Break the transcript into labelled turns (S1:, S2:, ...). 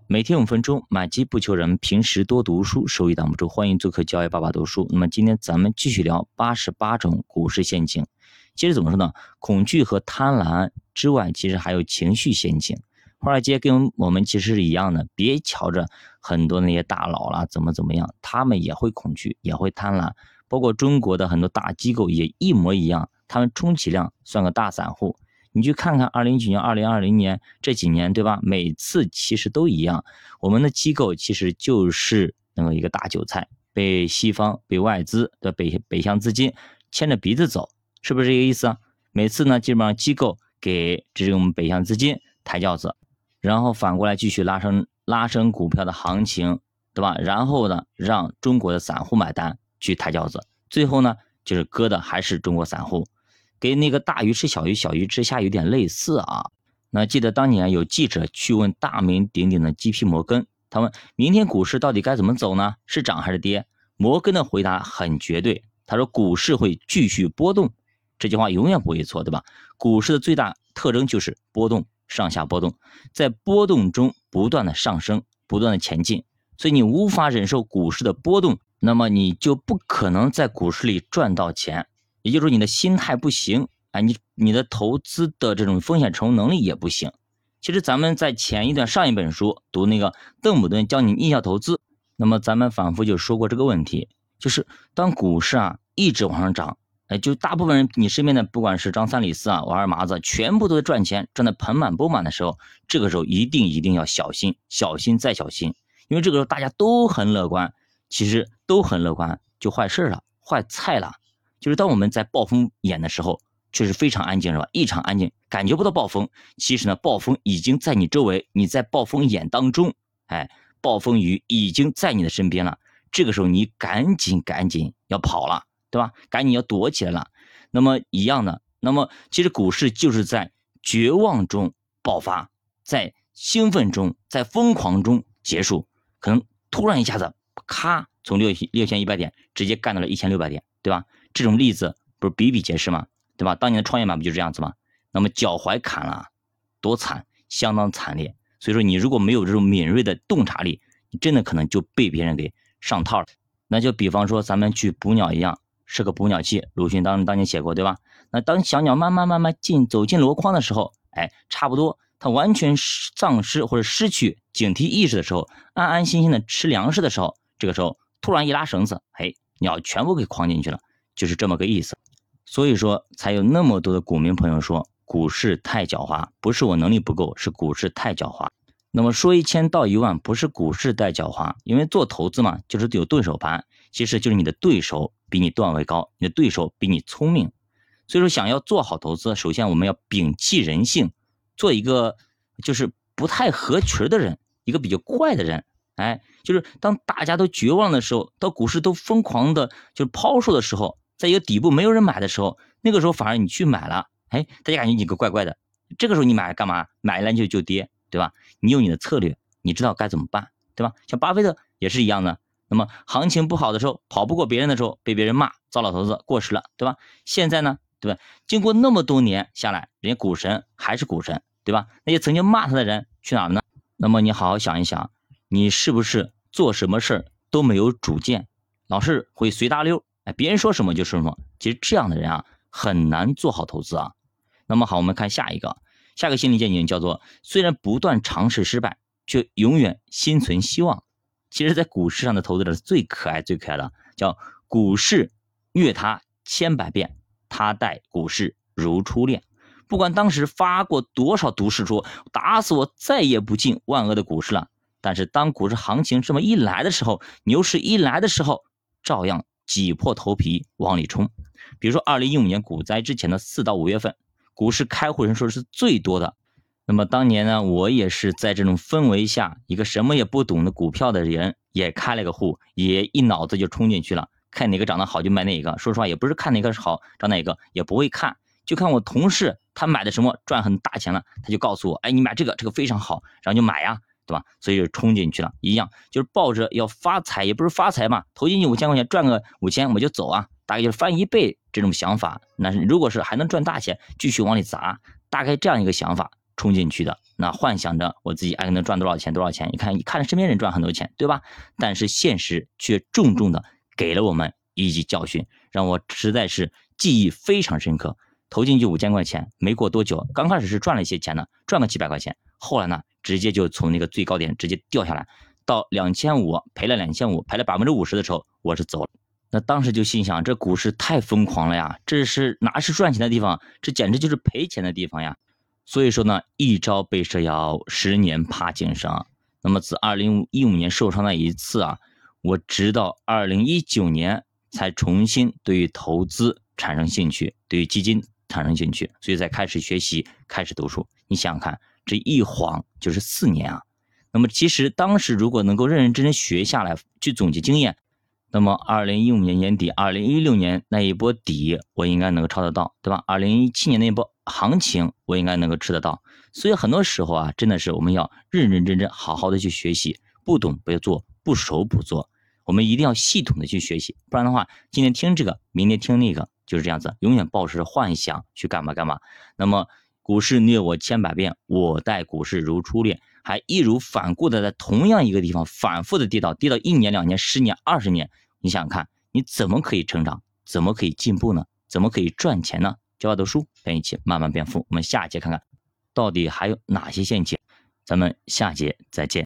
S1: 每天5分钟，买基不求人，平时多读书，收益挡不住。欢迎做客教育爸爸读书。那么今天咱们继续聊88种股市陷阱。其实怎么说呢？恐惧和贪婪之外，其实还有情绪陷阱。华尔街跟我们其实是一样的，别瞧着很多那些大佬啦，怎么样，他们也会恐惧，也会贪婪。包括中国的很多大机构也一模一样，他们充其量算个大散户。你去看看2019年、2020年这几年，对吧？每次其实都一样，我们的机构其实就是那么一个大韭菜，被西方、被外资的北向资金牵着鼻子走，是不是这个意思啊？每次呢，基本上机构给这种北向资金抬轿子，然后反过来继续拉升股票的行情，对吧？然后呢，让中国的散户买单去抬轿子，最后呢，就是割的还是中国散户。跟那个大鱼吃小鱼，小鱼吃虾有点类似啊。那记得当年有记者去问大名鼎鼎的 JP 摩根，他问明天股市到底该怎么走呢？是涨还是跌？摩根的回答很绝对，他说股市会继续波动，这句话永远不会错，对吧？股市的最大特征就是波动，上下波动，在波动中不断的上升，不断的前进，所以你无法忍受股市的波动，那么你就不可能在股市里赚到钱。也就是说你的心态不行，你的投资的这种风险承受能力也不行。其实咱们在上一本书读那个邓普顿教你逆向投资，那么咱们反复就说过这个问题，就是当股市一直往上涨，就大部分人你身边的不管是张三李四王二麻子全部都在赚钱，赚得盆满钵满的时候，这个时候一定要小心，小心再小心，因为这个时候大家都很乐观，其实都很乐观，就坏事了，坏菜了。就是当我们在暴风眼的时候，确实非常安静，是吧？异常安静，感觉不到暴风。其实呢，暴风已经在你周围，你在暴风眼当中，暴风雨已经在你的身边了。这个时候你赶紧要跑了，对吧？赶紧要躲起来了。那么一样的，那么其实股市就是在绝望中爆发，在兴奋中，在疯狂中结束，可能突然一下子，咔，从6100点直接干到了1600点，对吧？这种例子不是比比皆是吗？对吧？当年的创业板不就这样子吗？那么脚踝砍了，多惨，相当惨烈。所以说你如果没有这种敏锐的洞察力，你真的可能就被别人给上套了。那就比方说咱们去捕鸟一样，是个捕鸟器，鲁迅当年写过，对吧？那当小鸟慢慢走进箩筐的时候，差不多它完全丧失或者失去警惕意识的时候，安安心心的吃粮食的时候，这个时候突然一拉绳子，鸟全部给框进去了。就是这么个意思，所以说才有那么多的股民朋友说股市太狡猾，不是我能力不够，是股市太狡猾。那么说1000道10000，不是股市太狡猾，因为做投资嘛，就是有对手盘，其实就是你的对手比你段位高，你的对手比你聪明。所以说想要做好投资，首先我们要摒弃人性，做一个就是不太合群的人，一个比较怪的人。就是当大家都绝望的时候，到股市都疯狂的就是抛售的时候，在一个底部没有人买的时候，那个时候反而你去买了，大家感觉你个怪怪的。这个时候你买干嘛？买了就跌，对吧？你有你的策略，你知道该怎么办，对吧？像巴菲特也是一样的。那么行情不好的时候，跑不过别人的时候，被别人骂，糟老头子过时了，对吧？现在呢，对吧？经过那么多年下来，人家股神还是股神，对吧？那些曾经骂他的人去哪了呢？那么你好好想一想，你是不是做什么事都没有主见，老是会随大溜？别人说什么就是什么。其实这样的人很难做好投资啊。那么好，我们看下一个心理陷阱叫做虽然不断尝试失败，却永远心存希望。其实在股市上的投资者是最可爱的，叫股市虐他千百遍，他待股市如初恋。不管当时发过多少毒誓说打死我再也不进万恶的股市了，但是当股市行情这么一来的时候，牛市一来的时候，照样挤破头皮往里冲。比如说2015年股灾之前的4到5月份，股市开户人数是最多的。那么当年呢，我也是在这种氛围下，一个什么也不懂的股票的人也开了个户，也一脑子就冲进去了，看哪个涨得好就买哪个。说实话也不是看哪个好涨哪个，也不会看，就看我同事他买的什么赚很大钱了，他就告诉我，你买这个非常好，然后就买呀，对吧？所以就冲进去了，一样就是抱着要发财，也不是发财嘛，投进去5000块钱赚个5000我就走啊，大概就是翻1倍这种想法。那如果是还能赚大钱，继续往里砸，大概这样一个想法冲进去的。 那幻想着我自己能赚多少钱多少钱，你看着身边人赚很多钱，对吧？但是现实却重重的给了我们一记教训，让我实在是记忆非常深刻。投进去5000块钱，没过多久，刚开始是赚了一些钱呢，赚个几百块钱，后来呢，直接就从那个最高点直接掉下来，到2500，赔了2500，赔了50%的时候，我是走了。那当时就心想，这股市太疯狂了呀，这是哪是赚钱的地方，这简直就是赔钱的地方呀。所以说呢，一朝被蛇咬，10年怕井绳。那么自2015年受伤那一次啊，我直到2019年才重新对于投资产生兴趣，对于基金产生兴趣，所以才开始学习，开始读书。你想想看，这一晃就是4年啊。那么其实当时如果能够认认真真学下来，去总结经验，那么2015年年底2016年那一波底我应该能够抄得到，对吧？2017年那一波行情我应该能够吃得到。所以很多时候啊，真的是我们要认认真真好好的去学习，不懂不要做，不熟不做，我们一定要系统的去学习，不然的话今天听这个明天听那个，就是这样子，永远抱持幻想去干嘛干嘛。那么股市虐我千百遍，我待股市如初恋，还义无反顾的在同样一个地方反复的跌倒1年2年10年20年，你想想看，你怎么可以成长，怎么可以进步呢？怎么可以赚钱呢？教我读书陪你一起慢慢变富，我们下节看看到底还有哪些陷阱，咱们下节再见。